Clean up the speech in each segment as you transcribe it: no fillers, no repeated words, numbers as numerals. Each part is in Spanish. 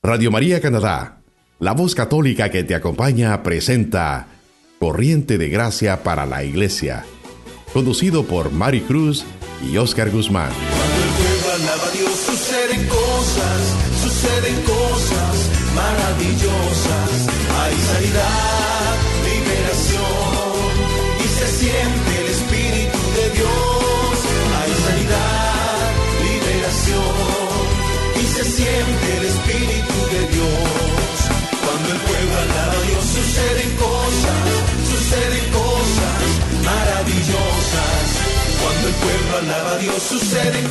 Radio María Canadá, la voz católica que te acompaña, presenta Corriente de Gracia para la Iglesia, conducido por Mari Cruz y Oscar Guzmán. Cuando el pueblo alaba a Dios, suceden cosas maravillosas. Hay sanidad, liberación, y se siente el Espíritu de Dios. Hay sanidad, liberación, y se siente el Espíritu de Dios. Cuando el pueblo alaba a Dios, suceden cosas maravillosas. Cuando el pueblo alaba a Dios, suceden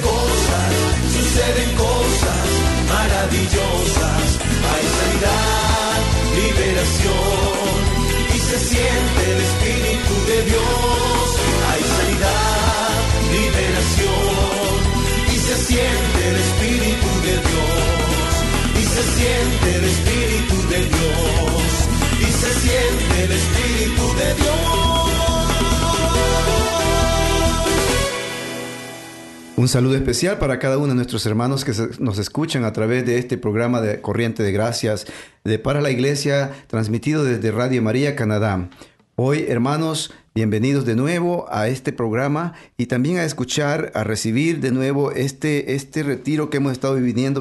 cosas maravillosas. Hay sanidad, liberación, y se siente el Espíritu de Dios. Hay sanidad, liberación, y se siente el Espíritu de Dios. Y se siente el Espíritu de Dios. Y se siente el Espíritu de Dios. Un saludo especial para cada uno de nuestros hermanos que nos escuchan a través de este programa de Corriente de Gracias para la Iglesia, transmitido desde Radio María Canadá. Hoy, hermanos, bienvenidos de nuevo a este programa y también a escuchar, a recibir de nuevo este retiro que hemos estado viviendo,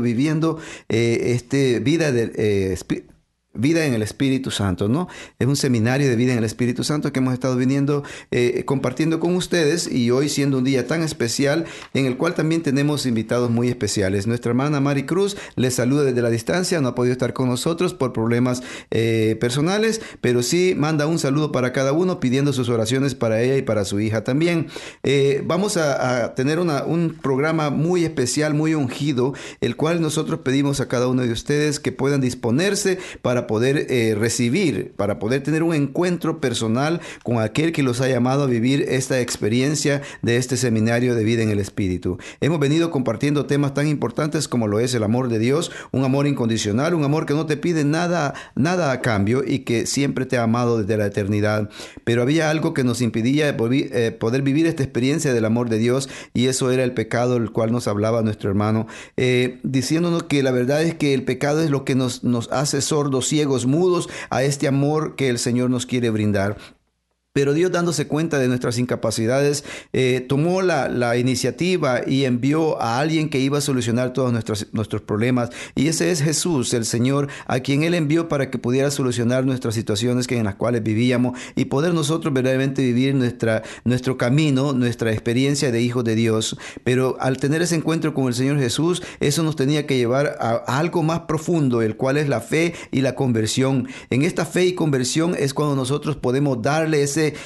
vida en el Espíritu Santo, ¿no? Es un seminario de vida en el Espíritu Santo que hemos estado viniendo compartiendo con ustedes, y hoy siendo un día tan especial en el cual también tenemos invitados muy especiales. Nuestra hermana Mari Cruz les saluda desde la distancia, no ha podido estar con nosotros por problemas personales, pero sí manda un saludo para cada uno pidiendo sus oraciones para ella y para su hija también. Vamos a tener un programa muy especial, muy ungido, el cual nosotros pedimos a cada uno de ustedes que puedan disponerse para poder recibir, para poder tener un encuentro personal con aquel que los ha llamado a vivir esta experiencia de este seminario de vida en el Espíritu. Hemos venido compartiendo temas tan importantes como lo es el amor de Dios, un amor incondicional, un amor que no te pide nada a cambio y que siempre te ha amado desde la eternidad. Pero había algo que nos impedía poder vivir esta experiencia del amor de Dios, y eso era el pecado, el cual nos hablaba nuestro hermano, diciéndonos que la verdad es que el pecado es lo que nos hace sordos, ciegos, mudos a este amor que el Señor nos quiere brindar. Pero Dios, dándose cuenta de nuestras incapacidades, tomó la iniciativa y envió a alguien que iba a solucionar todos nuestros problemas. Y ese es Jesús, el Señor, a quien Él envió para que pudiera solucionar nuestras situaciones en las cuales vivíamos y poder nosotros verdaderamente vivir nuestro camino, nuestra experiencia de hijos de Dios. Pero al tener ese encuentro con el Señor Jesús, eso nos tenía que llevar a algo más profundo, el cual es la fe y la conversión. En esta fe y conversión es cuando nosotros podemos darle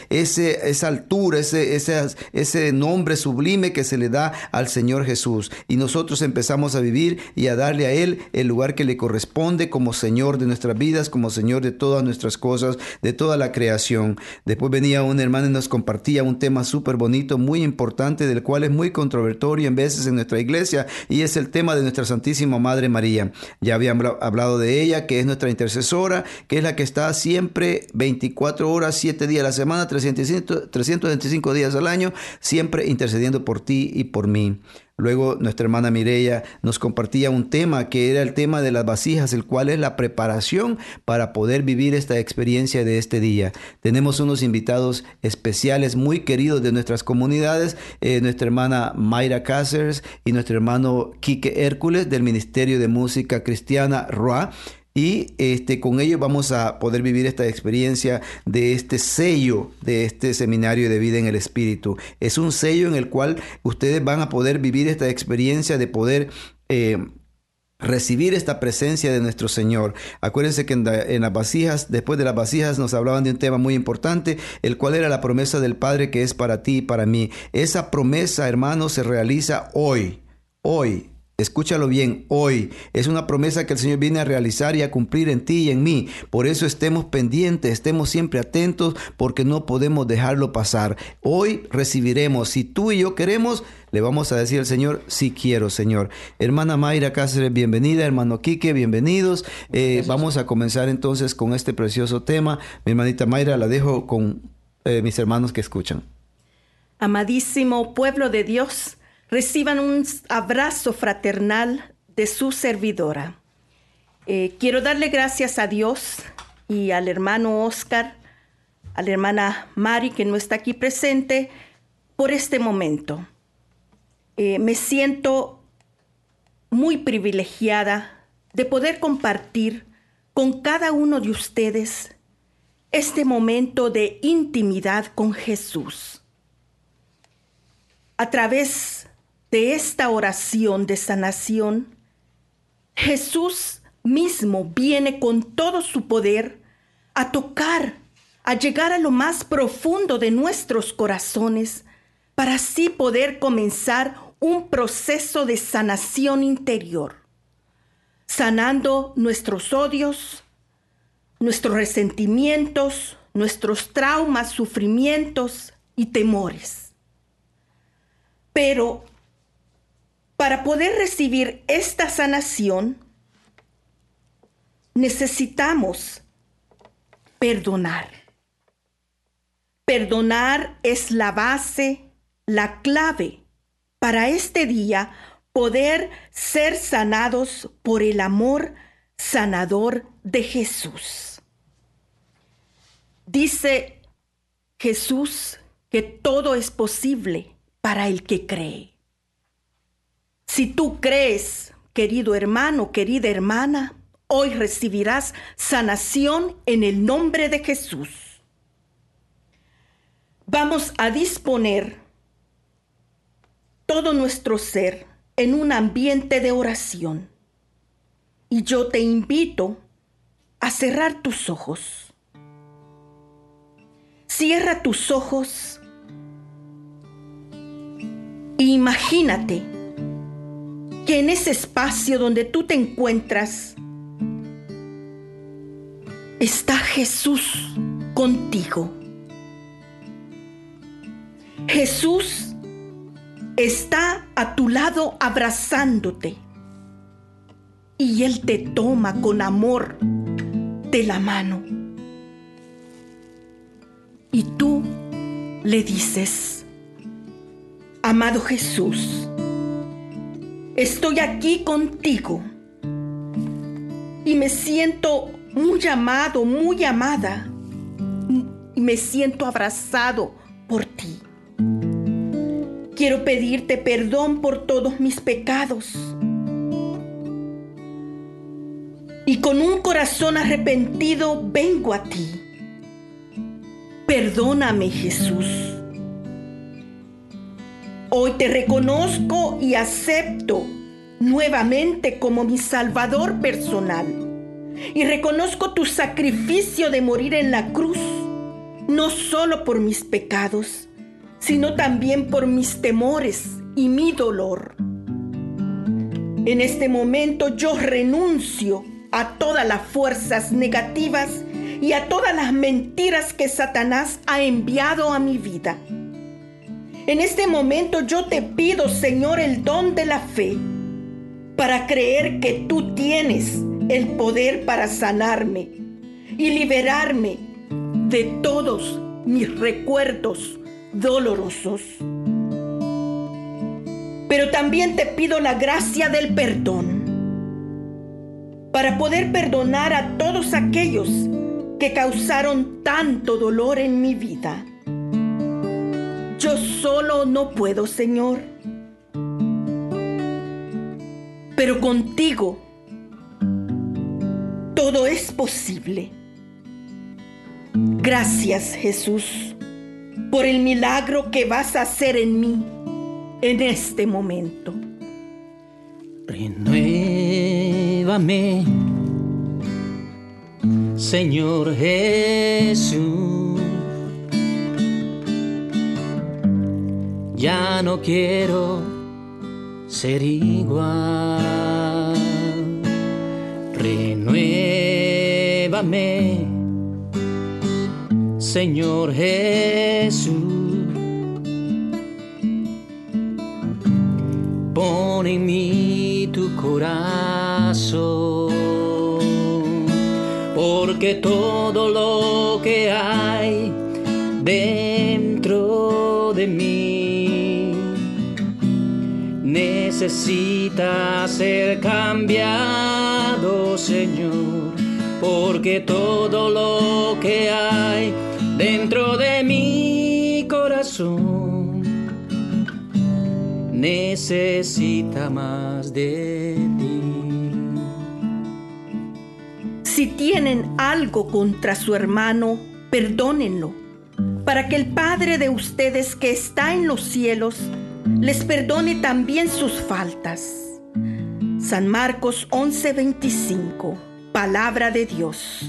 esa altura, ese nombre sublime que se le da al Señor Jesús, y nosotros empezamos a vivir y a darle a Él el lugar que le corresponde como Señor de nuestras vidas, como Señor de todas nuestras cosas, de toda la creación. Después venía un hermano y nos compartía un tema súper bonito, muy importante, del cual es muy controvertorio en veces en nuestra iglesia, y es el tema de nuestra Santísima Madre María. Ya habíamos hablado de ella, que es nuestra intercesora, que es la que está siempre 24 horas, 7 días a la semana, 325 días al año, siempre intercediendo por ti y por mí. Luego nuestra hermana Mireya nos compartía un tema que era el tema de las vasijas, el cual es la preparación para poder vivir esta experiencia de este día. Tenemos unos invitados especiales muy queridos de nuestras comunidades, nuestra hermana Mayra Cáceres y nuestro hermano Quique Hércules del Ministerio de Música Cristiana RUA. Y con ellos vamos a poder vivir esta experiencia de este sello de este seminario de vida en el Espíritu. Es un sello en el cual ustedes van a poder vivir esta experiencia de poder recibir esta presencia de nuestro Señor. Acuérdense que en las vasijas, después de las vasijas, nos hablaban de un tema muy importante, el cual era la promesa del Padre que es para ti y para mí. Esa promesa, hermanos, se realiza hoy. Escúchalo bien, hoy. Es una promesa que el Señor viene a realizar y a cumplir en ti y en mí. Por eso estemos pendientes, estemos siempre atentos, porque no podemos dejarlo pasar. Hoy recibiremos. Si tú y yo queremos, le vamos a decir al Señor, sí quiero, Señor. Hermana Mayra Cáceres, bienvenida. Hermano Quique, bienvenidos. Vamos a comenzar entonces con este precioso tema. Mi hermanita Mayra, la dejo con mis hermanos que escuchan. Amadísimo pueblo de Dios, reciban un abrazo fraternal de su servidora. Quiero darle gracias a Dios y al hermano Oscar, a la hermana Mari, que no está aquí presente, por este momento. Me siento muy privilegiada de poder compartir con cada uno de ustedes este momento de intimidad con Jesús. A través de esta oración de sanación, Jesús mismo viene con todo su poder a tocar, a llegar a lo más profundo de nuestros corazones, para así poder comenzar un proceso de sanación interior, sanando nuestros odios, nuestros resentimientos, nuestros traumas, sufrimientos y temores. Pero para poder recibir esta sanación, necesitamos perdonar. Perdonar es la base, la clave para este día poder ser sanados por el amor sanador de Jesús. Dice Jesús que todo es posible para el que cree. Si tú crees, querido hermano, querida hermana, hoy recibirás sanación en el nombre de Jesús. Vamos a disponer todo nuestro ser en un ambiente de oración. Y yo te invito a cerrar tus ojos. Cierra tus ojos e imagínate que en ese espacio donde tú te encuentras está Jesús contigo. Jesús está a tu lado abrazándote y Él te toma con amor de la mano. Y tú le dices: amado Jesús, estoy aquí contigo y me siento muy amado, muy amada, y me siento abrazado por ti. Quiero pedirte perdón por todos mis pecados. Y con un corazón arrepentido vengo a ti. Perdóname, Jesús. Hoy te reconozco y acepto nuevamente como mi Salvador personal. Y reconozco tu sacrificio de morir en la cruz, no solo por mis pecados, sino también por mis temores y mi dolor. En este momento yo renuncio a todas las fuerzas negativas y a todas las mentiras que Satanás ha enviado a mi vida. En este momento yo te pido, Señor, el don de la fe para creer que tú tienes el poder para sanarme y liberarme de todos mis recuerdos dolorosos. Pero también te pido la gracia del perdón para poder perdonar a todos aquellos que causaron tanto dolor en mi vida. Yo solo no puedo, Señor, pero contigo todo es posible. Gracias, Jesús, por el milagro que vas a hacer en mí en este momento. Renuévame, Señor Jesús. Ya no quiero ser igual. Renuévame, Señor Jesús. Pon en mí tu corazón, porque todo lo que hay dentro de mí necesita ser cambiado, Señor, porque todo lo que hay dentro de mi corazón necesita más de ti. Si tienen algo contra su hermano, perdónenlo, para que el Padre de ustedes que está en los cielos les perdone también sus faltas. San Marcos 11:25, Palabra de Dios.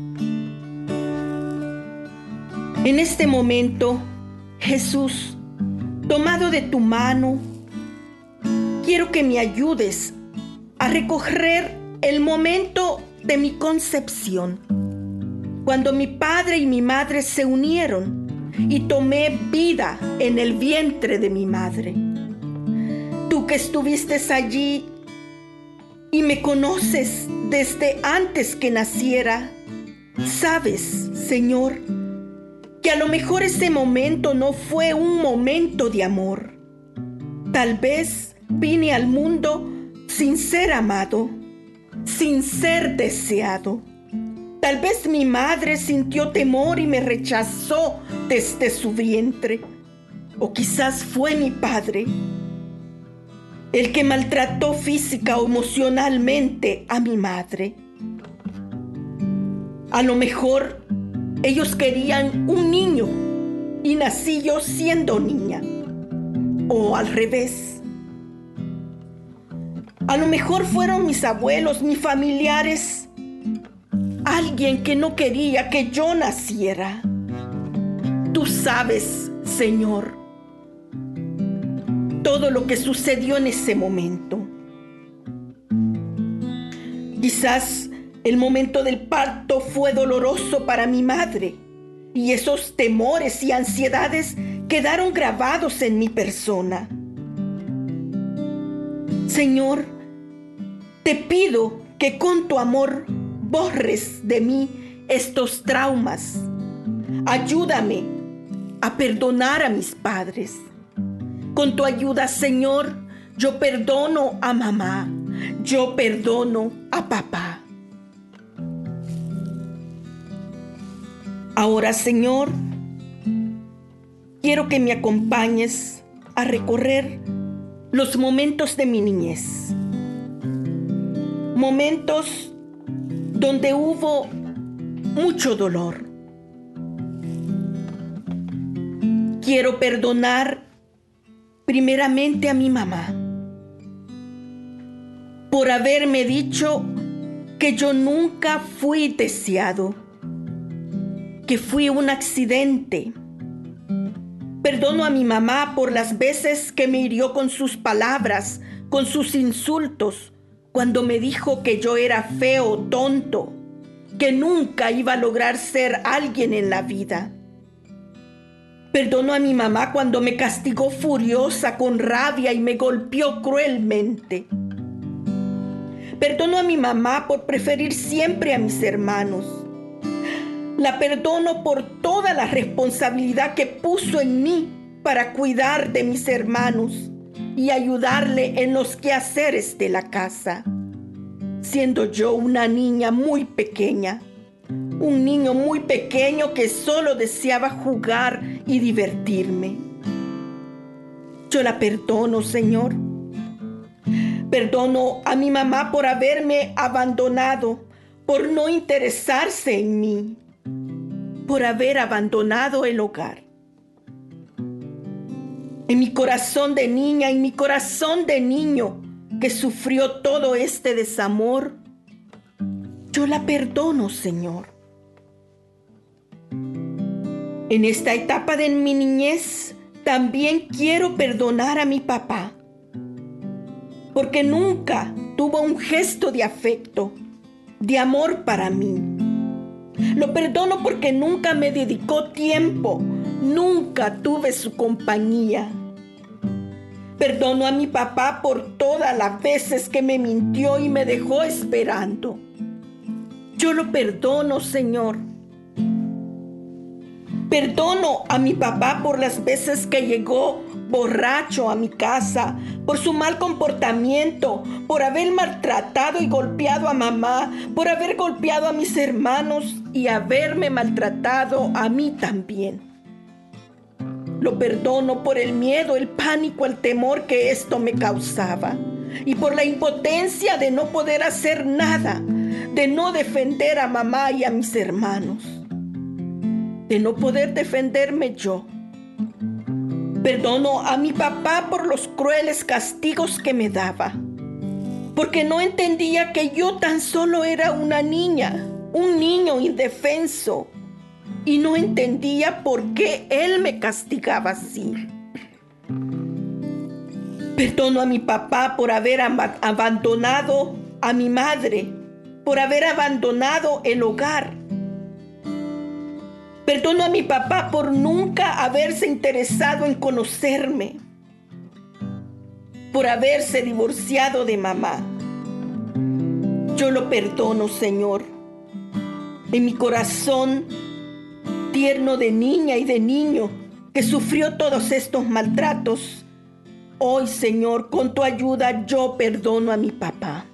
En este momento, Jesús, tomado de tu mano, quiero que me ayudes a recorrer el momento de mi concepción, cuando mi padre y mi madre se unieron y tomé vida en el vientre de mi madre. Tú que estuviste allí y me conoces desde antes que naciera, sabes, Señor, que a lo mejor ese momento no fue un momento de amor. Tal vez vine al mundo sin ser amado, sin ser deseado. Tal vez mi madre sintió temor y me rechazó desde su vientre. O quizás fue mi padre el que maltrató física o emocionalmente a mi madre. A lo mejor ellos querían un niño y nací yo siendo niña. O al revés. A lo mejor fueron mis abuelos, mis familiares, alguien que no quería que yo naciera. Tú sabes, Señor, todo lo que sucedió en ese momento. Quizás el momento del parto fue doloroso para mi madre y esos temores y ansiedades quedaron grabados en mi persona. Señor, te pido que con tu amor borres de mí estos traumas. Ayúdame a perdonar a mis padres. Con tu ayuda, Señor, yo perdono a mamá, yo perdono a papá. Ahora, Señor, quiero que me acompañes a recorrer los momentos de mi niñez. Momentos donde hubo mucho dolor. Quiero perdonar primeramente a mi mamá por haberme dicho que yo nunca fui deseado, que fui un accidente. Perdono a mi mamá por las veces que me hirió con sus palabras, con sus insultos, cuando me dijo que yo era feo, tonto, que nunca iba a lograr ser alguien en la vida. Perdono a mi mamá cuando me castigó furiosa, con rabia y me golpeó cruelmente. Perdono a mi mamá por preferir siempre a mis hermanos. La perdono por toda la responsabilidad que puso en mí para cuidar de mis hermanos y ayudarle en los quehaceres de la casa, siendo yo una niña muy pequeña. Un niño muy pequeño que solo deseaba jugar y divertirme. Yo la perdono, Señor. Perdono a mi mamá por haberme abandonado, por no interesarse en mí, por haber abandonado el hogar. En mi corazón de niña, en mi corazón de niño que sufrió todo este desamor, yo la perdono, Señor. En esta etapa de mi niñez, también quiero perdonar a mi papá, porque nunca tuvo un gesto de afecto, de amor para mí. Lo perdono porque nunca me dedicó tiempo, nunca tuve su compañía. Perdono a mi papá por todas las veces que me mintió y me dejó esperando. Yo lo perdono, Señor. Perdono a mi papá por las veces que llegó borracho a mi casa, por su mal comportamiento, por haber maltratado y golpeado a mamá, por haber golpeado a mis hermanos y haberme maltratado a mí también. Lo perdono por el miedo, el pánico, el temor que esto me causaba y por la impotencia de no poder hacer nada, de no defender a mamá y a mis hermanos, de no poder defenderme yo. Perdono a mi papá por los crueles castigos que me daba, porque no entendía que yo tan solo era una niña, un niño indefenso, y no entendía por qué él me castigaba así. Perdono a mi papá por haber abandonado a mi madre, por haber abandonado el hogar. Perdono a mi papá por nunca haberse interesado en conocerme, por haberse divorciado de mamá. Yo lo perdono, Señor. En mi corazón tierno de niña y de niño que sufrió todos estos maltratos, hoy, Señor, con tu ayuda yo perdono a mi papá.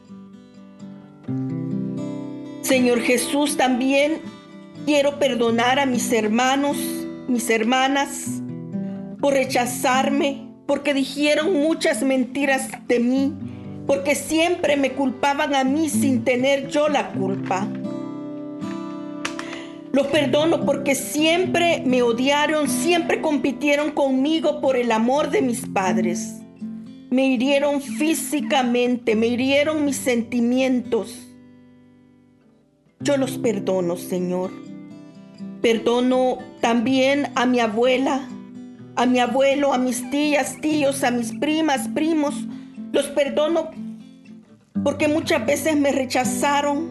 Señor Jesús, también quiero perdonar a mis hermanos, mis hermanas, por rechazarme, porque dijeron muchas mentiras de mí, porque siempre me culpaban a mí sin tener yo la culpa. Los perdono porque siempre me odiaron, siempre compitieron conmigo por el amor de mis padres. Me hirieron físicamente, me hirieron mis sentimientos. Yo los perdono, Señor. Perdono también a mi abuela, a mi abuelo, a mis tías, tíos, a mis primas, primos. Los perdono porque muchas veces me rechazaron,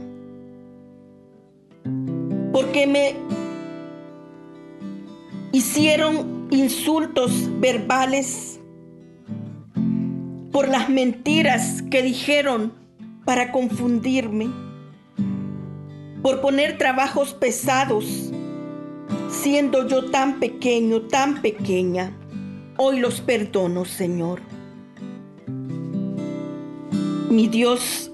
porque me hicieron insultos verbales, por las mentiras que dijeron para confundirme, por poner trabajos pesados, siendo yo tan pequeño, tan pequeña. Hoy los perdono, Señor. Mi Dios,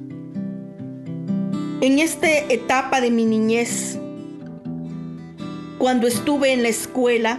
en esta etapa de mi niñez, cuando estuve en la escuela,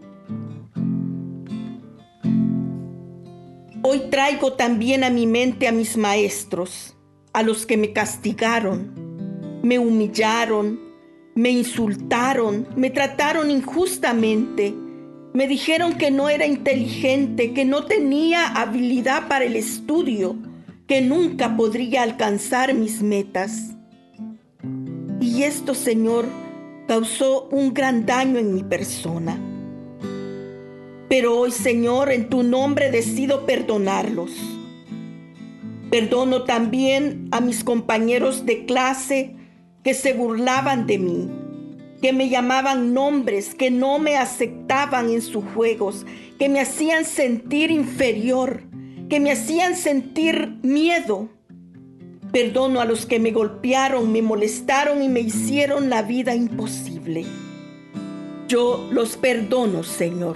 hoy traigo también a mi mente a mis maestros, a los que me castigaron, me humillaron, me insultaron, me trataron injustamente, me dijeron que no era inteligente, que no tenía habilidad para el estudio, que nunca podría alcanzar mis metas. Y esto, Señor, causó un gran daño en mi persona. Pero hoy, Señor, en tu nombre decido perdonarlos. Perdono también a mis compañeros de clase que se burlaban de mí, que me llamaban nombres, que no me aceptaban en sus juegos, que me hacían sentir inferior, que me hacían sentir miedo. Perdono a los que me golpearon, me molestaron y me hicieron la vida imposible. Yo los perdono, Señor.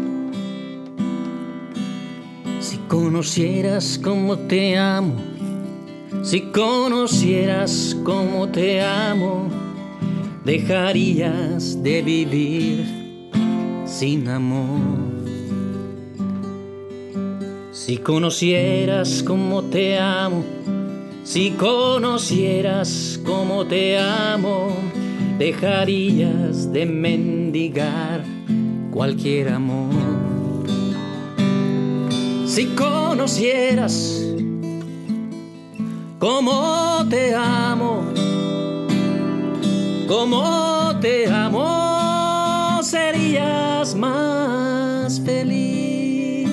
Si conocieras cómo te amo, si conocieras cómo te amo, dejarías de vivir sin amor. Si conocieras cómo te amo, si conocieras cómo te amo, dejarías de mendigar cualquier amor. Si conocieras cómo te amo, serías más feliz.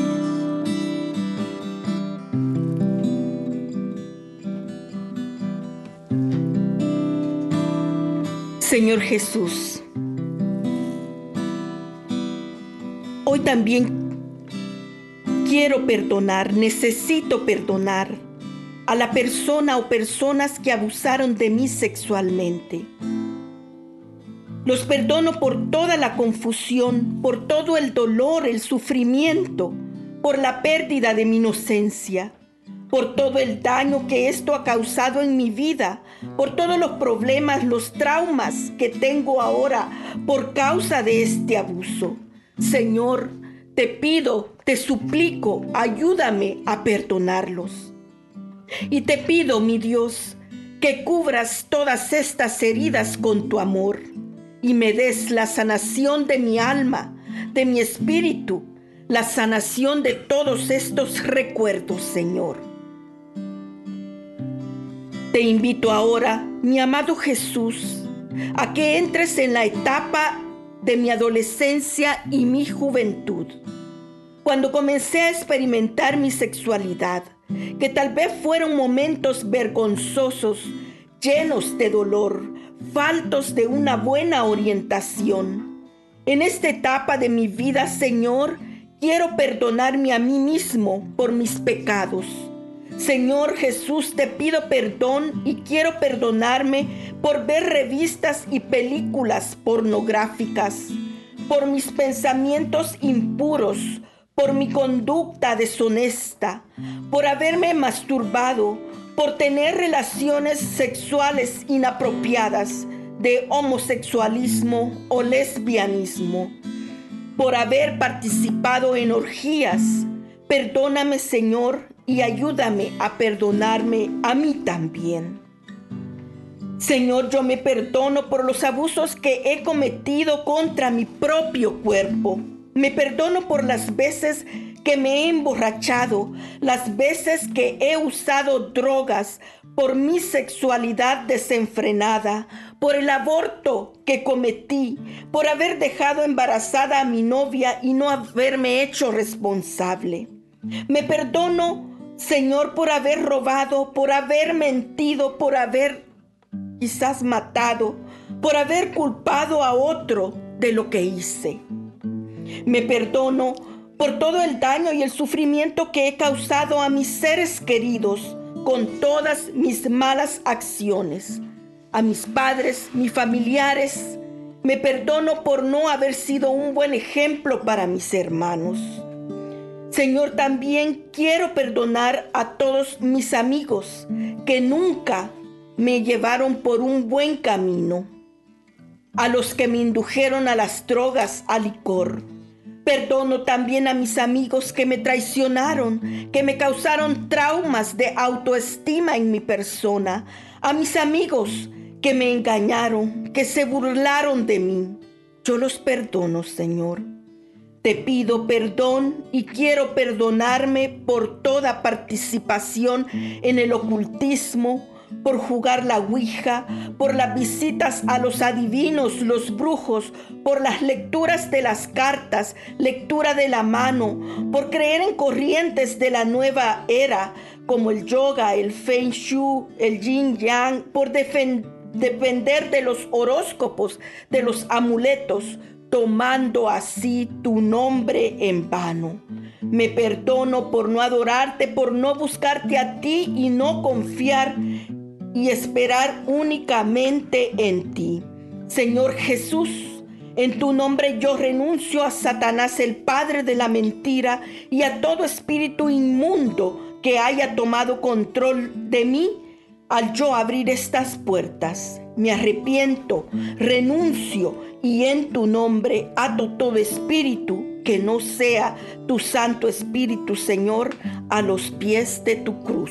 Señor Jesús, hoy también quiero perdonar, necesito perdonar a la persona o personas que abusaron de mí sexualmente. Los perdono por toda la confusión, por todo el dolor, el sufrimiento, por la pérdida de mi inocencia, por todo el daño que esto ha causado en mi vida, por todos los problemas, los traumas que tengo ahora por causa de este abuso. Señor, te pido, te suplico, ayúdame a perdonarlos. Y te pido, mi Dios, que cubras todas estas heridas con tu amor y me des la sanación de mi alma, de mi espíritu, la sanación de todos estos recuerdos, Señor. Te invito ahora, mi amado Jesús, a que entres en la etapa de mi adolescencia y mi juventud, cuando comencé a experimentar mi sexualidad, que tal vez fueron momentos vergonzosos, llenos de dolor, faltos de una buena orientación. En esta etapa de mi vida, Señor, quiero perdonarme a mí mismo por mis pecados. Señor Jesús, te pido perdón y quiero perdonarme por ver revistas y películas pornográficas, por mis pensamientos impuros, por mi conducta deshonesta, por haberme masturbado, por tener relaciones sexuales inapropiadas, de homosexualismo o lesbianismo, por haber participado en orgías. Perdóname, Señor, y ayúdame a perdonarme a mí también. Señor, yo me perdono por los abusos que he cometido contra mi propio cuerpo. Me perdono por las veces que me he emborrachado, las veces que he usado drogas, por mi sexualidad desenfrenada, por el aborto que cometí, por haber dejado embarazada a mi novia y no haberme hecho responsable. Me perdono, Señor, por haber robado, por haber mentido, por haber quizás matado, por haber culpado a otro de lo que hice. Me perdono por todo el daño y el sufrimiento que he causado a mis seres queridos con todas mis malas acciones, a mis padres, mis familiares. Me perdono por no haber sido un buen ejemplo para mis hermanos. Señor, también quiero perdonar a todos mis amigos que nunca me llevaron por un buen camino, a los que me indujeron a las drogas, al licor. Perdono también a mis amigos que me traicionaron, que me causaron traumas de autoestima en mi persona, a mis amigos que me engañaron, que se burlaron de mí. Yo los perdono, Señor. Te pido perdón y quiero perdonarme por toda participación en el ocultismo, por jugar la ouija, por las visitas a los adivinos, los brujos, por las lecturas de las cartas, lectura de la mano, por creer en corrientes de la nueva era como el yoga, el feng shui, el yin yang, por depender de los horóscopos, de los amuletos, tomando así tu nombre en vano. Me perdono por no adorarte, por no buscarte a ti y no confiar y esperar únicamente en ti. Señor Jesús, en tu nombre yo renuncio a Satanás, el padre de la mentira, y a todo espíritu inmundo que haya tomado control de mí al yo abrir estas puertas. Me arrepiento, renuncio y en tu nombre ato todo espíritu que no sea tu Santo Espíritu, Señor, a los pies de tu cruz.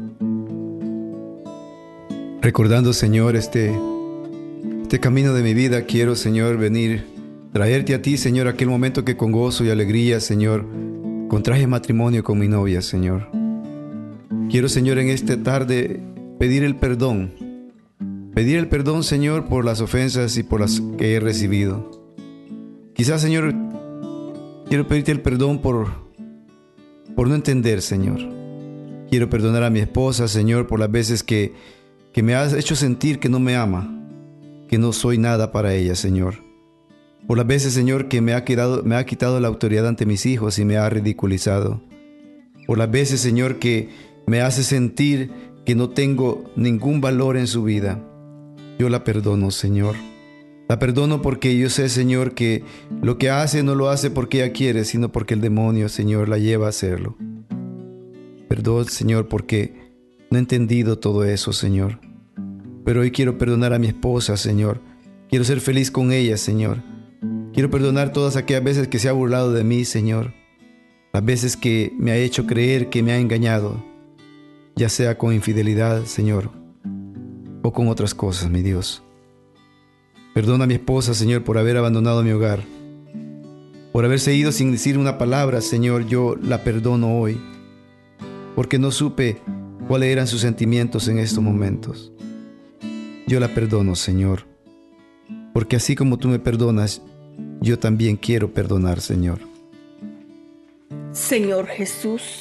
Recordando, Señor, este camino de mi vida, quiero, Señor, venir, traerte a ti, Señor, aquel momento que con gozo y alegría, Señor, contraje matrimonio con mi novia, Señor. Quiero, Señor, en esta tarde pedir el perdón, Señor, por las ofensas y por las que he recibido. Quizás, Señor, quiero pedirte el perdón por no entender, Señor. Quiero perdonar a mi esposa, Señor, por las veces que me has hecho sentir que no me ama, que no soy nada para ella, Señor. Por las veces, Señor, que me ha quitado la autoridad ante mis hijos y me ha ridiculizado. Por las veces, Señor, que me hace sentir que no tengo ningún valor en su vida. Yo la perdono, Señor. La perdono porque yo sé, Señor, que lo que hace no lo hace porque ella quiere, sino porque el demonio, Señor, la lleva a hacerlo. Perdón, Señor, porque no he entendido todo eso, Señor. Pero hoy quiero perdonar a mi esposa, Señor. Quiero ser feliz con ella, Señor. Quiero perdonar todas aquellas veces que se ha burlado de mí, Señor. Las veces que me ha hecho creer que me ha engañado, ya sea con infidelidad, Señor, o con otras cosas, mi Dios. Perdona a mi esposa, Señor, por haber abandonado mi hogar. Por haberse ido sin decir una palabra, Señor, yo la perdono hoy. Porque no supe cuáles eran sus sentimientos en estos momentos. Yo la perdono, Señor. Porque así como tú me perdonas, yo también quiero perdonar, Señor. Señor Jesús,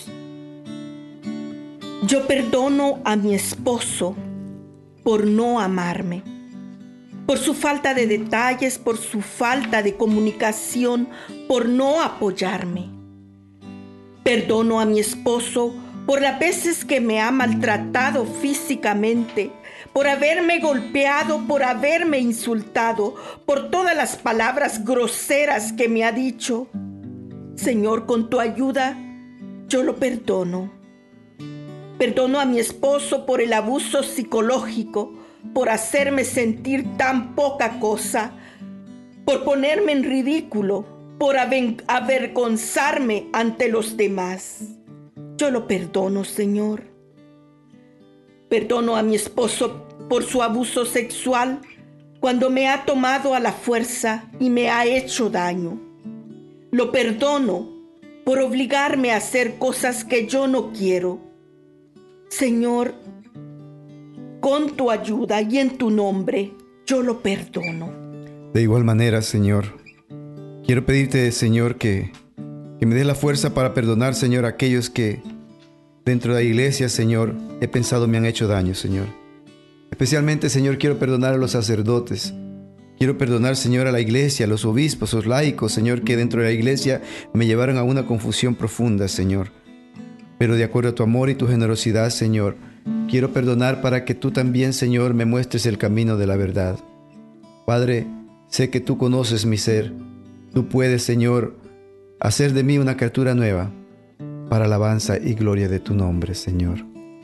yo perdono a mi esposo por no amarme, por su falta de detalles, por su falta de comunicación, por no apoyarme. Perdono a mi esposo por las veces que me ha maltratado físicamente, por haberme golpeado, por haberme insultado, por todas las palabras groseras que me ha dicho. Señor, con tu ayuda, yo lo perdono. Perdono a mi esposo por el abuso psicológico, por hacerme sentir tan poca cosa, por ponerme en ridículo, por avergonzarme ante los demás. Yo lo perdono, Señor. Perdono a mi esposo por su abuso sexual cuando me ha tomado a la fuerza y me ha hecho daño. Lo perdono por obligarme a hacer cosas que yo no quiero. Señor, con tu ayuda y en tu nombre, yo lo perdono. De igual manera, Señor, quiero pedirte, Señor, que me des la fuerza para perdonar, Señor, a aquellos que dentro de la iglesia, Señor, he pensado me han hecho daño, Señor. Especialmente, Señor, quiero perdonar a los sacerdotes. Quiero perdonar, Señor, a la iglesia, a los obispos, a los laicos, Señor, que dentro de la iglesia me llevaron a una confusión profunda, Señor. Pero de acuerdo a tu amor y tu generosidad, Señor, quiero perdonar para que tú también, Señor, me muestres el camino de la verdad. Padre, sé que tú conoces mi ser. Tú puedes, Señor, hacer de mí una criatura nueva para alabanza y gloria de tu nombre, Señor.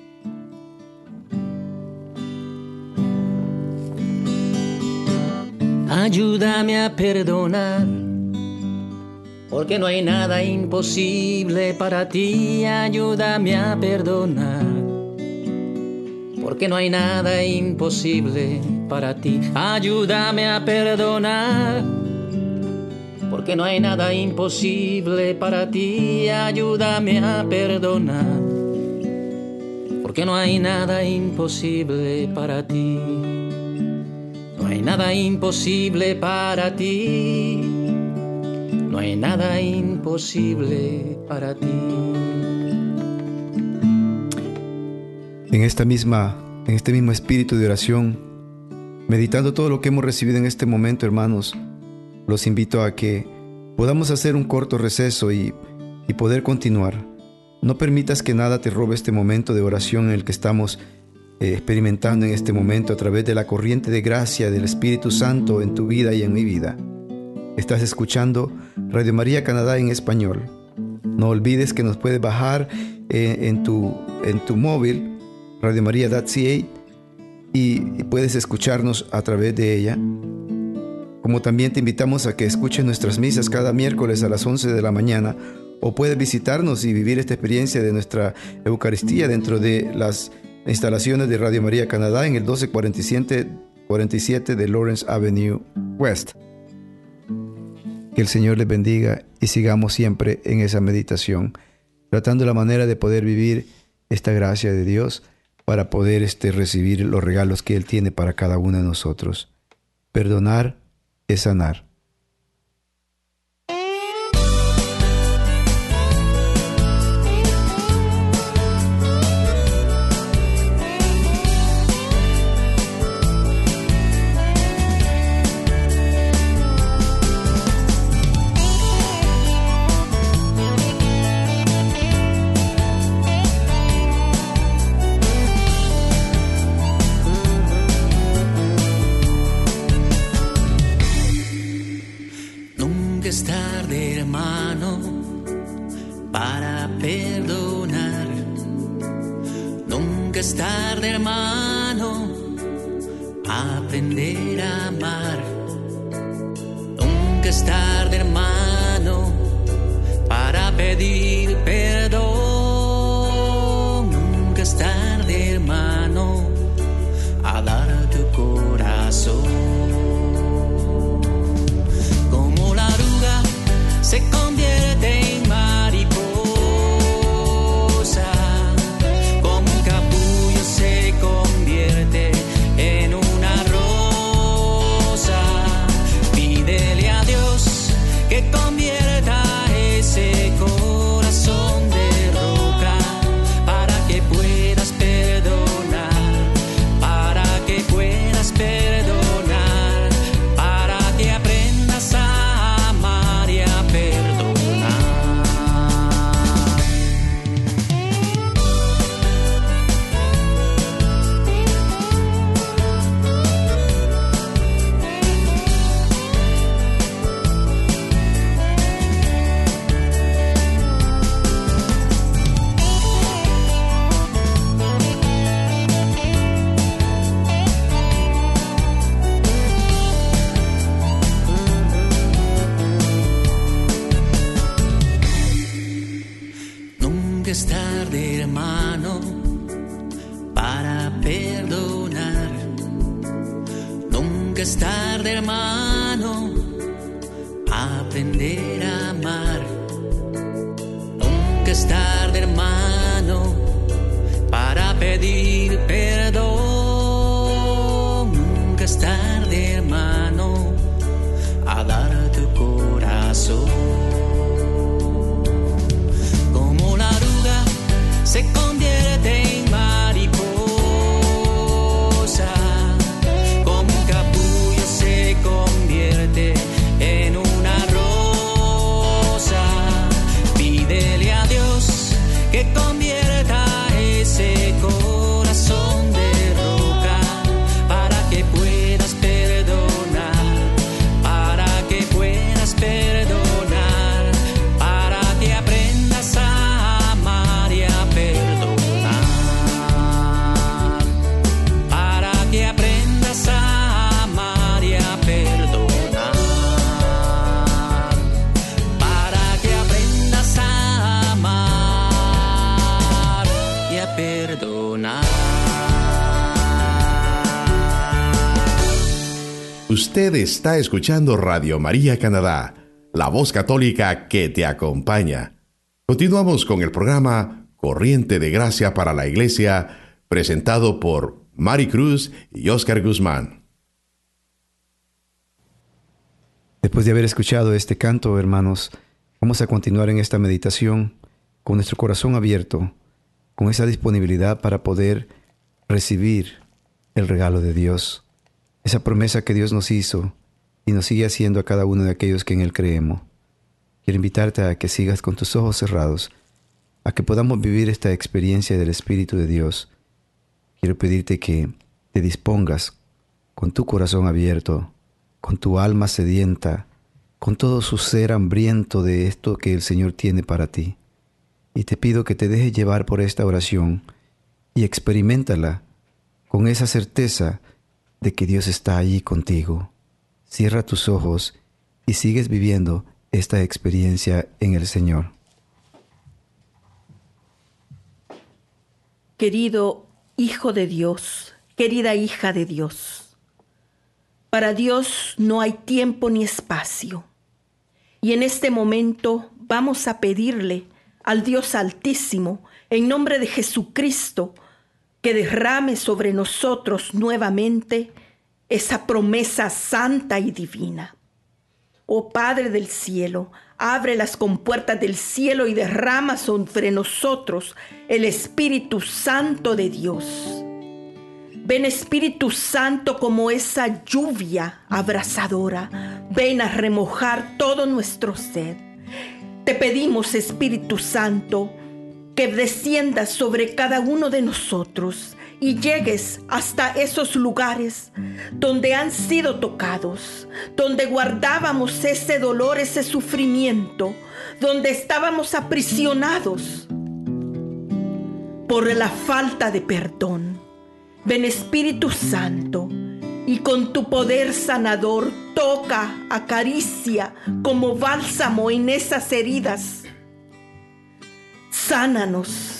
Ayúdame a perdonar, porque no hay nada imposible para ti. Ayúdame a perdonar, porque no hay nada imposible para ti. Ayúdame a perdonar, porque no hay nada imposible para ti. Ayúdame a perdonar, porque no hay nada imposible para ti. No hay nada imposible para ti. No hay nada imposible para ti. En este mismo espíritu de oración, meditando todo lo que hemos recibido en este momento, hermanos, los invito a que podamos hacer un corto receso y poder continuar. No permitas que nada te robe este momento de oración en el que estamos experimentando en este momento a través de la corriente de gracia del Espíritu Santo en tu vida y en mi vida. Estás escuchando Radio María Canadá en español. No olvides que nos puedes bajar en tu móvil, radiomaria.ca, y puedes escucharnos a través de ella. Como también te invitamos a que escuches nuestras misas cada miércoles a las 11 de la mañana, o puedes visitarnos y vivir esta experiencia de nuestra Eucaristía dentro de las instalaciones de Radio María Canadá en el 1247 de Lawrence Avenue West. Que el Señor les bendiga y sigamos siempre en esa meditación, tratando la manera de poder vivir esta gracia de Dios para poder recibir los regalos que Él tiene para cada uno de nosotros. Perdonar es sanar. es tarde, hermano, para perdonar. Nunca es tarde, hermano, aprender a amar. Nunca es tarde, hermano, para pedir perdón. Nunca es tarde, hermano, a dar tu corazón. Como la oruga se convierte en mariposa, como un capullo se convierte en una rosa. Pídele a Dios que convierta ese corazón de roca para que puedas perdonar, para que puedas perdonar, para que aprendas a amar y a perdonar. Nunca es tarde, hermano, para perdonar. Nunca es tarde, hermano, a aprender a amar. Nunca es tarde, hermano, para pedir perdón. Nunca es tarde, hermano, a dar tu corazón. Como la oruga se convierte en mariposa, como un capullo se convierte en una rosa. Pídele a Dios que convierta ese corazón de roca para que puedas perdonar, para que puedas perdonar, para que aprendas a amar y a perdonar, para que aprendas a amar y a perdonar, para que aprendas a amar y a perdonar. Usted está escuchando Radio María Canadá, la voz católica que te acompaña. Continuamos con el programa Corriente de Gracia para la Iglesia, presentado por Mari Cruz y Oscar Guzmán. Después de haber escuchado este canto, hermanos, vamos a continuar en esta meditación con nuestro corazón abierto, con esa disponibilidad para poder recibir el regalo de Dios, esa promesa que Dios nos hizo y nos sigue haciendo a cada uno de aquellos que en Él creemos. Quiero invitarte a que sigas con tus ojos cerrados, a que podamos vivir esta experiencia del Espíritu de Dios. Quiero pedirte que te dispongas con tu corazón abierto, con tu alma sedienta, con todo su ser hambriento de esto que el Señor tiene para ti. Y te pido que te dejes llevar por esta oración y experiméntala con esa certeza de que Dios está allí contigo. Cierra tus ojos y sigues viviendo esta experiencia en el Señor. Querido Hijo de Dios, querida hija de Dios, para Dios no hay tiempo ni espacio. Y en este momento vamos a pedirle al Dios Altísimo, en nombre de Jesucristo, que derrame sobre nosotros nuevamente esa promesa santa y divina. Oh Padre del cielo, abre las compuertas del cielo y derrama sobre nosotros el Espíritu Santo de Dios. Ven, Espíritu Santo, como esa lluvia abrasadora. Ven a remojar todo nuestro ser. Te pedimos, Espíritu Santo, que desciendas sobre cada uno de nosotros y llegues hasta esos lugares donde han sido tocados, donde guardábamos ese dolor, ese sufrimiento, donde estábamos aprisionados por la falta de perdón. Ven, Espíritu Santo, y con tu poder sanador toca, acaricia como bálsamo en esas heridas. Sánanos,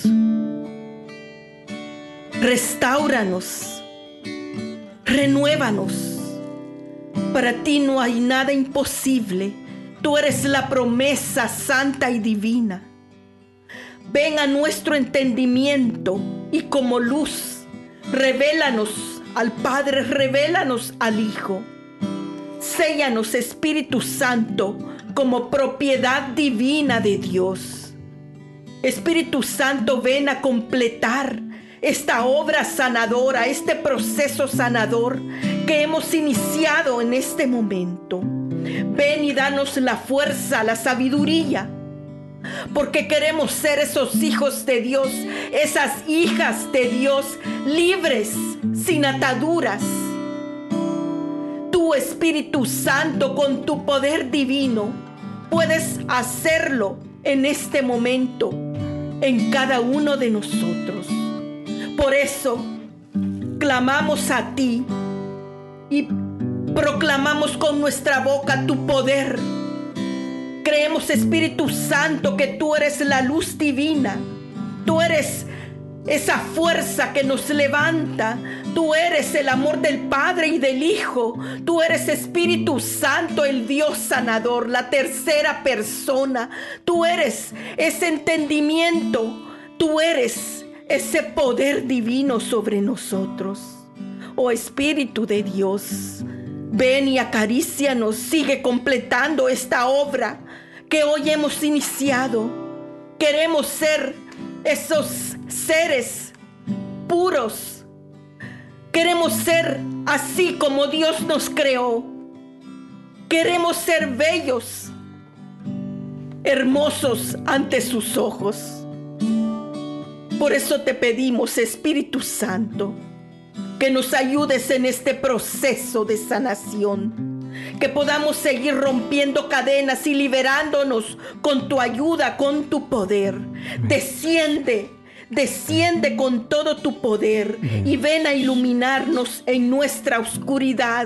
restáuranos, renuévanos. Para ti no hay nada imposible. Tú eres la promesa santa y divina. Ven a nuestro entendimiento y como luz, revélanos al Padre, revélanos al Hijo. Séllanos, Espíritu Santo, como propiedad divina de Dios. Espíritu Santo, ven a completar esta obra sanadora, este proceso sanador que hemos iniciado en este momento. Ven y danos la fuerza, la sabiduría, porque queremos ser esos hijos de Dios, esas hijas de Dios, libres, sin ataduras. Tú, Espíritu Santo, con tu poder divino, puedes hacerlo en este momento, en cada uno de nosotros. Por eso, clamamos a ti y proclamamos con nuestra boca tu poder. Creemos, Espíritu Santo, que tú eres la luz divina. Tú eres esa fuerza que nos levanta. Tú eres el amor del Padre y del Hijo. Tú eres, Espíritu Santo, el Dios sanador, la tercera persona. Tú eres ese entendimiento. Tú eres ese poder divino sobre nosotros. Oh Espíritu de Dios, ven y acarícianos. Sigue completando esta obra que hoy hemos iniciado. Queremos ser esos seres puros. Queremos ser así como Dios nos creó. Queremos ser bellos, hermosos ante sus ojos. Por eso te pedimos, Espíritu Santo, que nos ayudes en este proceso de sanación, que podamos seguir rompiendo cadenas y liberándonos con tu ayuda, con tu poder. Desciende con todo tu poder y ven a iluminarnos en nuestra oscuridad.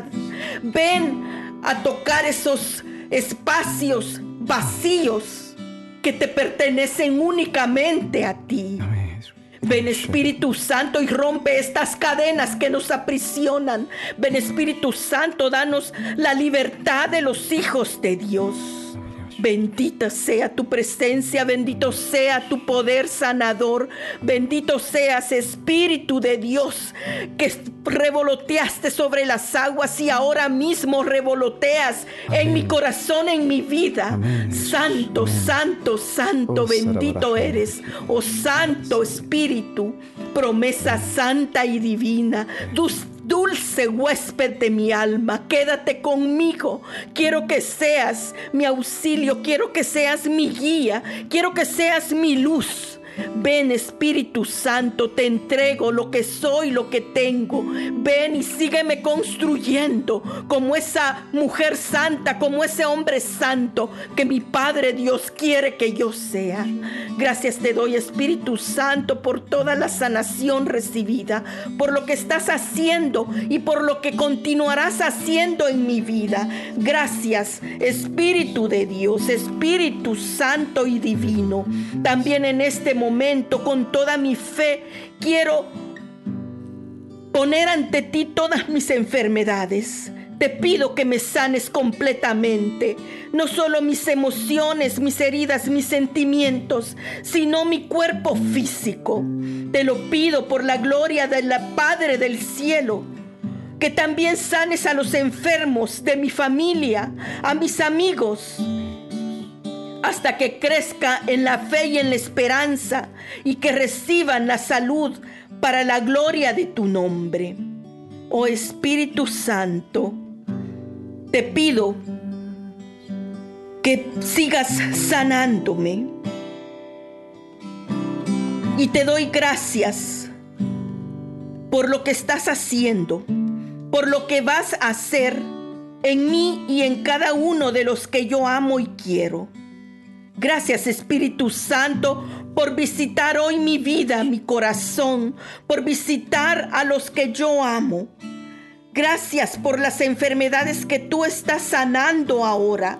Ven a tocar esos espacios vacíos que te pertenecen únicamente a ti. Ven, Espíritu Santo, y rompe estas cadenas que nos aprisionan. Ven, Espíritu Santo, danos la libertad de los hijos de Dios. Bendita sea tu presencia, bendito sea tu poder sanador, bendito seas, Espíritu de Dios, que revoloteaste sobre las aguas y ahora mismo revoloteas en mi corazón, en mi vida. Amén. Santo, amén. Santo, santo, bendito eres, oh Santo Espíritu, promesa santa y divina. Dulce huésped de mi alma, quédate conmigo. Quiero que seas mi auxilio, quiero que seas mi guía, quiero que seas mi luz. Ven, Espíritu Santo, te entrego lo que soy, lo que tengo. Ven y sígueme construyendo como esa mujer santa, como ese hombre santo que mi Padre Dios quiere que yo sea. Gracias te doy, Espíritu Santo, por toda la sanación recibida, por lo que estás haciendo y por lo que continuarás haciendo en mi vida. Gracias, Espíritu de Dios, Espíritu Santo y divino. También en este momento, con toda mi fe, quiero poner ante ti todas mis enfermedades. Te pido que me sanes completamente, no solo mis emociones, mis heridas, mis sentimientos, sino mi cuerpo físico. Te lo pido por la gloria del Padre del cielo, que también sanes a los enfermos de mi familia, a mis amigos, hasta que crezca en la fe y en la esperanza y que reciban la salud para la gloria de tu nombre. Oh Espíritu Santo, te pido que sigas sanándome y te doy gracias por lo que estás haciendo, por lo que vas a hacer en mí y en cada uno de los que yo amo y quiero. Gracias, Espíritu Santo, por visitar hoy mi vida, mi corazón, por visitar a los que yo amo. Gracias por las enfermedades que tú estás sanando ahora,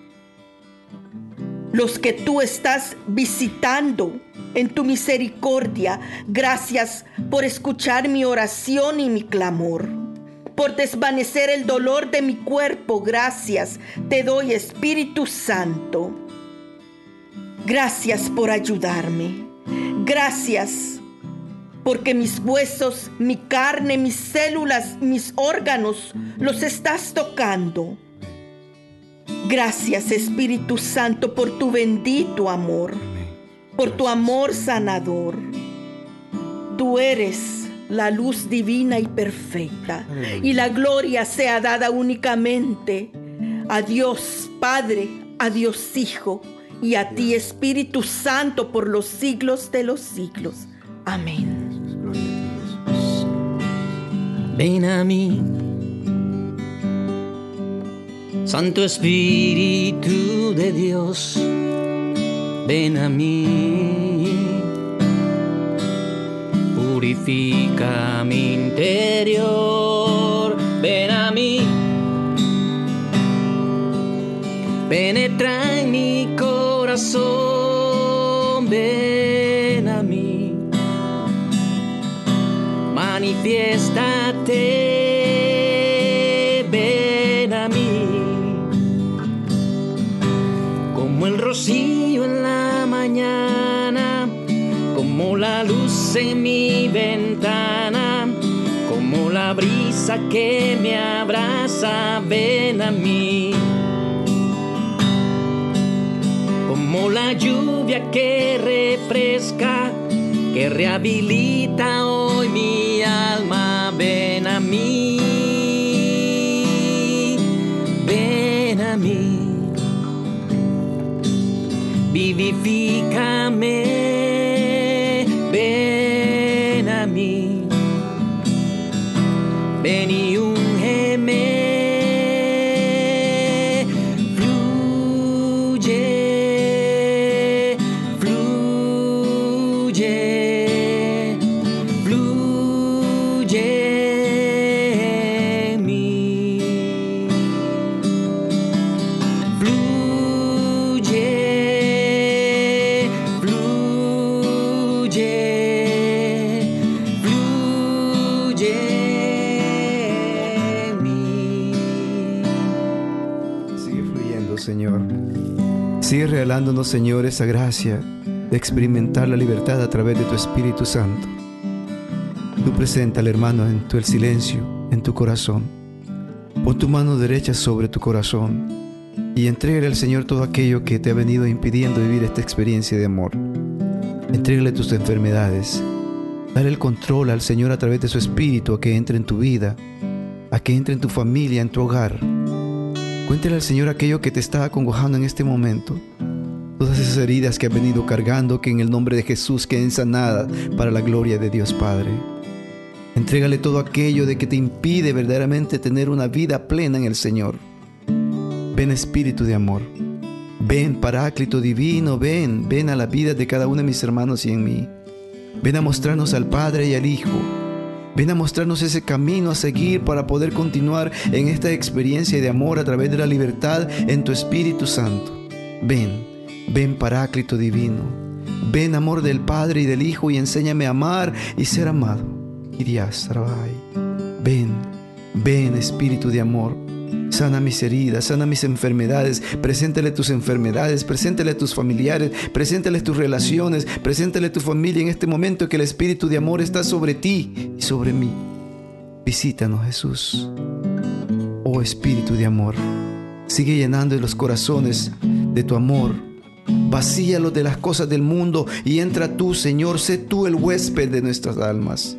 los que tú estás visitando en tu misericordia. Gracias por escuchar mi oración y mi clamor, por desvanecer el dolor de mi cuerpo. Gracias te doy, Espíritu Santo. Gracias por ayudarme. Gracias porque mis huesos, mi carne, mis células, mis órganos los estás tocando. Gracias, Espíritu Santo, por tu bendito amor, por tu amor sanador. Tú eres la luz divina y perfecta, y la gloria sea dada únicamente a Dios Padre, a Dios Hijo y a ti, Espíritu Santo, por los siglos de los siglos. Amén. Ven a mí, Santo Espíritu de Dios, ven a mí, purifica mi interior, ven a mí, penetra en mi corazón, ven a mí, manifiéstate, ven a mí, como el rocío en la mañana, como la luz en mi ventana, como la brisa que me abraza, ven a mí. Como la lluvia que refresca, que rehabilita hoy mi alma, ven a mí, ven a mí, vivifícame, ven a mí, ven y úngeme. Sigue regalándonos, Señor, esa gracia de experimentar la libertad a través de tu Espíritu Santo. Tú presenta al hermano en el silencio, en tu corazón. Pon tu mano derecha sobre tu corazón y entrégale al Señor todo aquello que te ha venido impidiendo vivir esta experiencia de amor. Entrégale tus enfermedades. Dale el control al Señor a través de su Espíritu, a que entre en tu vida, a que entre en tu familia, en tu hogar. Cuéntale al Señor aquello que te está acongojando en este momento. Todas esas heridas que has venido cargando, que en el nombre de Jesús queden sanadas para la gloria de Dios Padre. Entrégale todo aquello de que te impide verdaderamente tener una vida plena en el Señor. Ven, Espíritu de amor. Ven, Paráclito divino. Ven a la vida de cada uno de mis hermanos y en mí. Ven a mostrarnos al Padre y al Hijo. Ven a mostrarnos ese camino a seguir para poder continuar en esta experiencia de amor a través de la libertad en tu Espíritu Santo. Ven Paráclito divino. Ven, amor del Padre y del Hijo, y enséñame a amar y ser amado. Ven, Espíritu de amor. Sana mis heridas, sana mis enfermedades. Preséntale tus enfermedades, preséntale a tus familiares, preséntale tus relaciones, preséntale a tu familia en este momento que el Espíritu de amor está sobre ti y sobre mí. Visítanos, Jesús. Oh Espíritu de amor, sigue llenando los corazones de tu amor. Vacíalos de las cosas del mundo y entra tú, Señor. Sé tú el huésped de nuestras almas.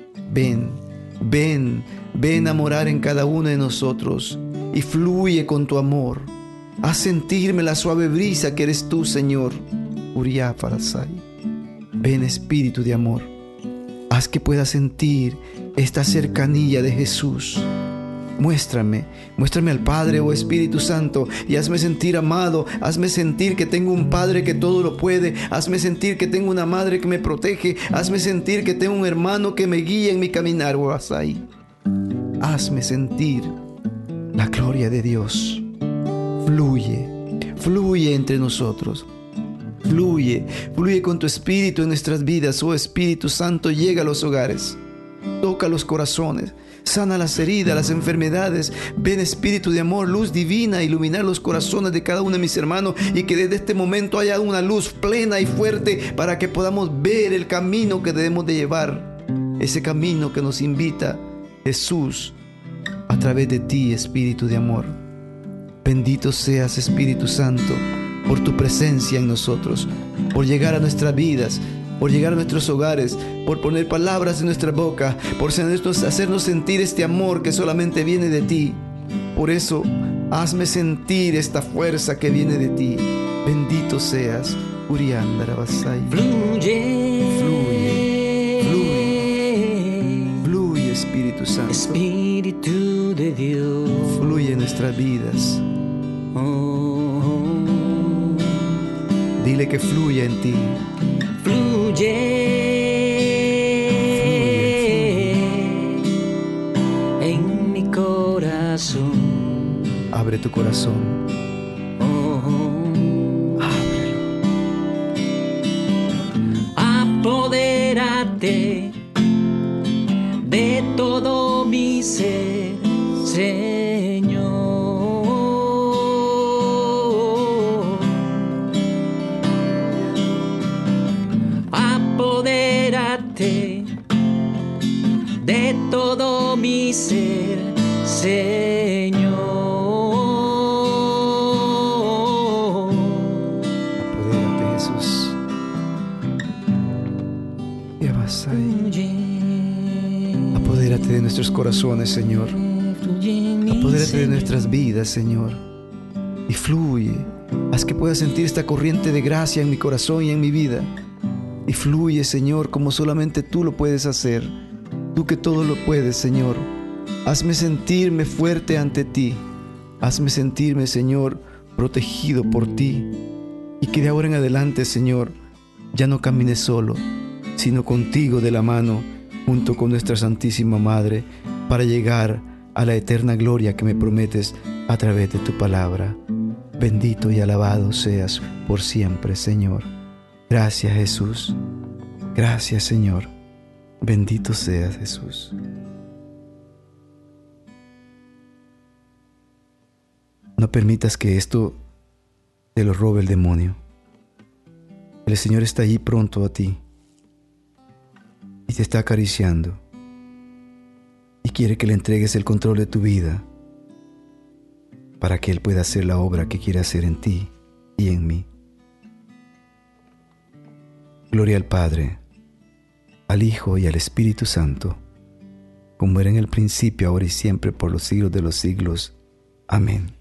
Ven a morar en cada uno de nosotros y fluye con tu amor. Haz sentirme la suave brisa que eres tú, Señor. Uriá Farasai. Ven, Espíritu de amor. Haz que pueda sentir esta cercanía de Jesús. Muéstrame al Padre, oh Espíritu Santo, y hazme sentir amado. Hazme sentir que tengo un Padre que todo lo puede. Hazme sentir que tengo una madre que me protege. Hazme sentir que tengo un hermano que me guía en mi caminar, oh Asai. Hazme sentir la gloria de Dios. Fluye entre nosotros. Fluye con tu Espíritu en nuestras vidas, oh Espíritu Santo. Llega a los hogares, toca los corazones, sana las heridas, las enfermedades. Ven, Espíritu de amor, luz divina, a iluminar los corazones de cada uno de mis hermanos, y que desde este momento haya una luz plena y fuerte para que podamos ver el camino que debemos de llevar, ese camino que nos invita Jesús a través de ti, Espíritu de amor. Bendito seas, Espíritu Santo, por tu presencia en nosotros, por llegar a nuestras vidas, por llegar a nuestros hogares, por poner palabras en nuestra boca, por hacernos sentir este amor que solamente viene de ti. Por eso, hazme sentir esta fuerza que viene de ti. Bendito seas. Uriandarabasai. Fluye, Espíritu Santo. Espíritu de Dios. Fluye en nuestras vidas. Dile que fluya en ti. Fluye en mi corazón. Abre tu corazón. Ábrelo. Apodérate de todo mi ser, Señor. Apodérate de todo mi ser, Señor. Apodérate, Jesús. Apodérate de nuestros corazones, Señor. Apodérate de nuestras vidas, Señor. Y fluye. Haz que pueda sentir esta corriente de gracia en mi corazón y en mi vida. Y fluye, Señor, como solamente tú lo puedes hacer. Tú que todo lo puedes, Señor. Hazme sentirme fuerte ante ti. Hazme sentirme, Señor, protegido por ti. Y que de ahora en adelante, Señor, ya no camine solo, sino contigo de la mano, junto con nuestra Santísima Madre, para llegar a la eterna gloria que me prometes a través de tu palabra. Bendito y alabado seas por siempre, Señor. Gracias, Jesús. Gracias, Señor. Bendito seas, Jesús. No permitas que esto te lo robe el demonio. El Señor está ahí pronto a ti y te está acariciando y quiere que le entregues el control de tu vida para que Él pueda hacer la obra que quiere hacer en ti y en mí. Gloria al Padre, al Hijo y al Espíritu Santo, como era en el principio, ahora y siempre, por los siglos de los siglos. Amén.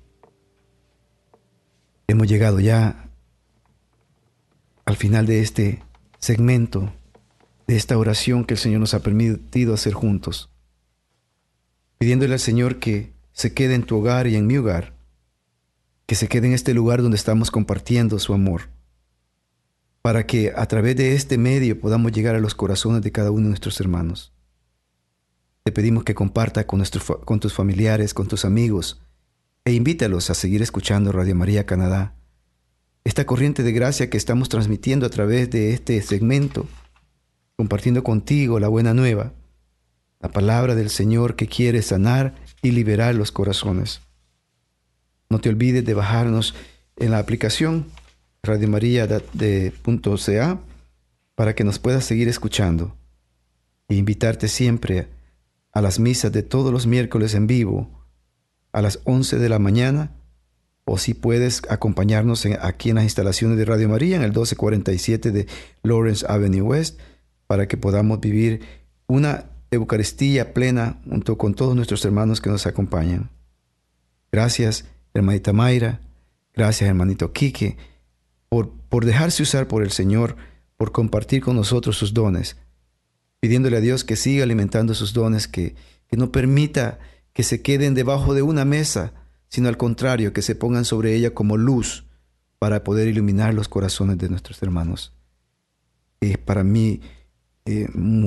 Hemos llegado ya al final de este segmento, de esta oración que el Señor nos ha permitido hacer juntos, pidiéndole al Señor que se quede en tu hogar y en mi hogar, que se quede en este lugar donde estamos compartiendo su amor, para que a través de este medio podamos llegar a los corazones de cada uno de nuestros hermanos. Te pedimos que comparta con tus familiares, con tus amigos, e invítalos a seguir escuchando Radio María Canadá, esta corriente de gracia que estamos transmitiendo a través de este segmento, compartiendo contigo la buena nueva, la palabra del Señor que quiere sanar y liberar los corazones. No te olvides de bajarnos en la aplicación Radio María .ca para que nos puedas seguir escuchando e invitarte siempre a las misas de todos los miércoles en vivo a las 11 de la mañana, o si puedes acompañarnos aquí en las instalaciones de Radio María en el 1247 de Lawrence Avenue West, para que podamos vivir una Eucaristía plena junto con todos nuestros hermanos que nos acompañan. Gracias, hermanita Mayra. Gracias, hermanito Quique, por dejarse usar por el Señor, por compartir con nosotros sus dones. pidiéndole a Dios que siga alimentando sus dones, que no permita que se queden debajo de una mesa, sino al contrario, que se pongan sobre ella como luz para poder iluminar los corazones de nuestros hermanos. Es para mí de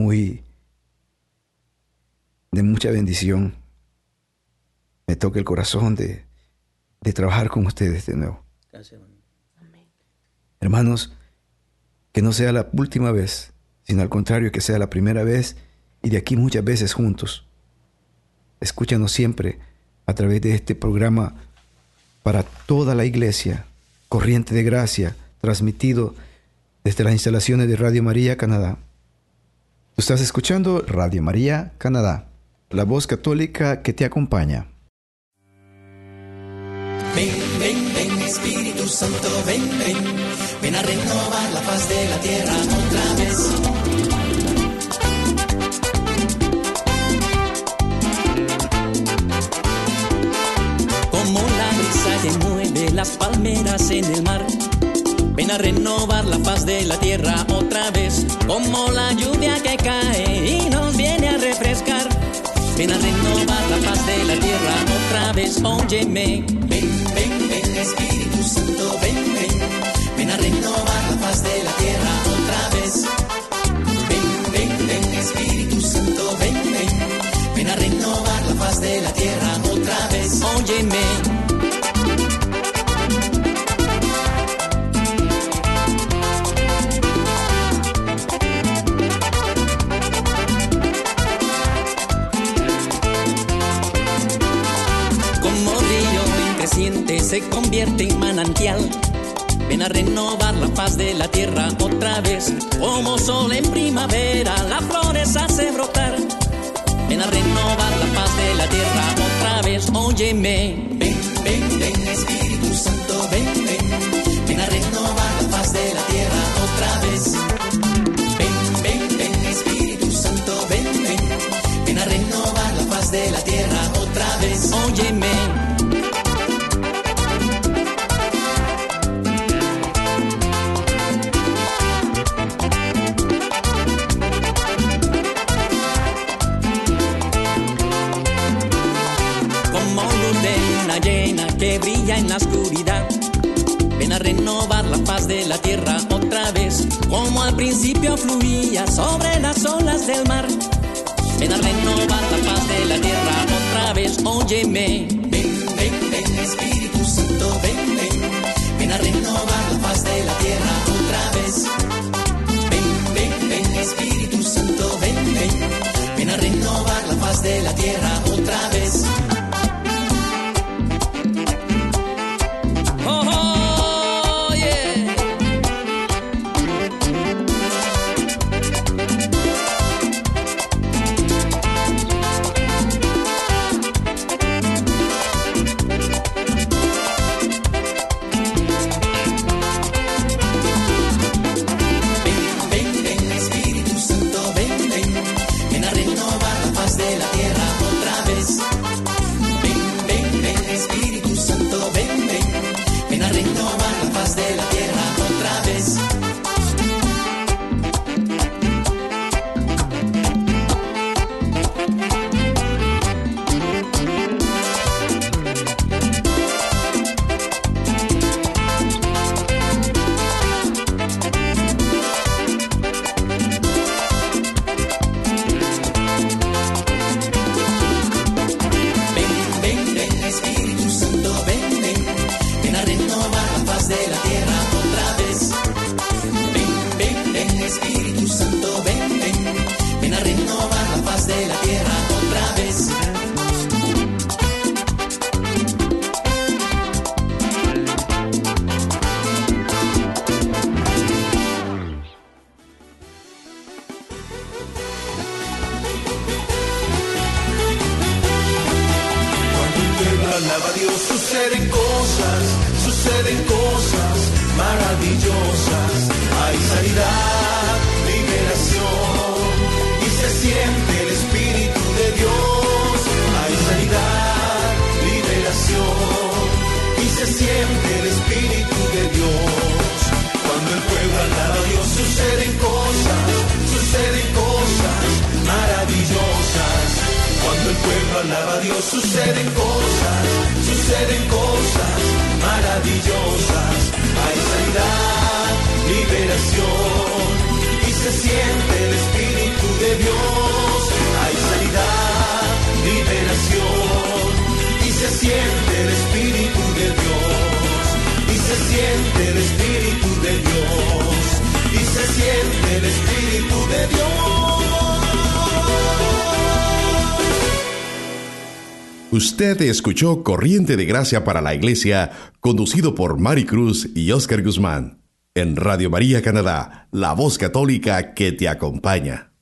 mucha bendición. Me toca el corazón de trabajar con ustedes de nuevo. Gracias, hermano. Amén. Hermanos, que no sea la última vez, sino al contrario, que sea la primera vez y de aquí muchas veces juntos. Escúchanos siempre a través de este programa para toda la iglesia, Corriente de Gracia, transmitido desde las instalaciones de Radio María Canadá. Tú estás escuchando Radio María Canadá, la voz católica que te acompaña. Ven, ven, ven, Espíritu Santo, ven, ven, ven a renovar la faz de la tierra otra vez. Como la brisa que mueve las palmeras en el mar, ven a renovar la faz de la tierra otra vez. Como la lluvia que cae y nos viene a refrescar, ven a renovar la faz de la tierra otra vez. Óyeme, ven, ven, ven, Espíritu Santo, ven, ven, ven a renovar la faz de la tierra otra vez. Ven, ven, ven, Espíritu Santo, ven, ven, ven a renovar la faz de la tierra otra vez. Óyeme. Se convierte en manantial, ven a renovar la faz de la tierra otra vez. Como sol en primavera, las flores hace brotar, ven a renovar la faz de la tierra otra vez. Óyeme, ven, ven, ven, Espíritu Santo, ven, ven, ven a renovar la faz de la tierra otra vez. Ven, ven, ven, Espíritu Santo, ven, ven, ven a renovar la faz de la tierra otra vez. Óyeme. Que brilla en la oscuridad, ven a renovar la faz de la tierra otra vez. Como al principio fluía sobre las olas del mar, ven a renovar la faz de la tierra otra vez. Óyeme, ven, ven, ven, Espíritu Santo, ven, ven, ven a renovar la faz de la tierra otra vez. Ven, ven, ven, Espíritu Santo, ven, ven, ven a renovar la faz de la tierra otra vez. alaba a Dios, suceden cosas maravillosas. Hay sanidad, liberación y se siente el Espíritu de Dios. Hay sanidad, liberación y se siente el Espíritu de Dios. Cuando el pueblo alaba a Dios, suceden cosas Dios suceden cosas maravillosas. Hay sanidad, liberación y se siente el Espíritu de Dios. Hay sanidad, liberación y se siente el Espíritu de Dios. Y se siente el Espíritu de Dios. Y se siente el Espíritu de Dios. Usted escuchó Corriente de Gracia para la Iglesia, conducido por Mari Cruz y Oscar Guzmán, en Radio María Canadá, la voz católica que te acompaña.